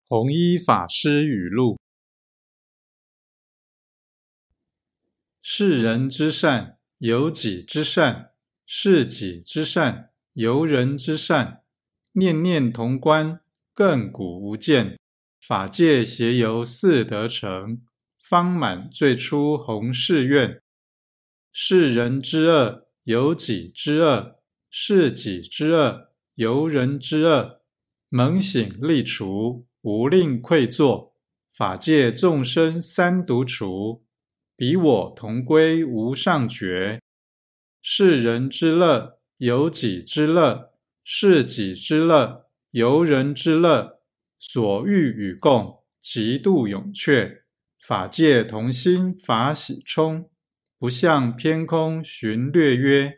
弘一法师语录：世人之善，由己之善；事己之善，由人之善。念念同观，亘古无间。法界协由四德成，方满最初弘誓愿。世人之恶，由己之恶；事己之恶，由人之恶。猛醒力除，无令愧作。法界众生三毒除，彼我同归无上觉。世人之乐，由己之乐；事己之乐，由人之乐。所欲与共，其度永却。法界同心法喜充，不向偏空寻略约。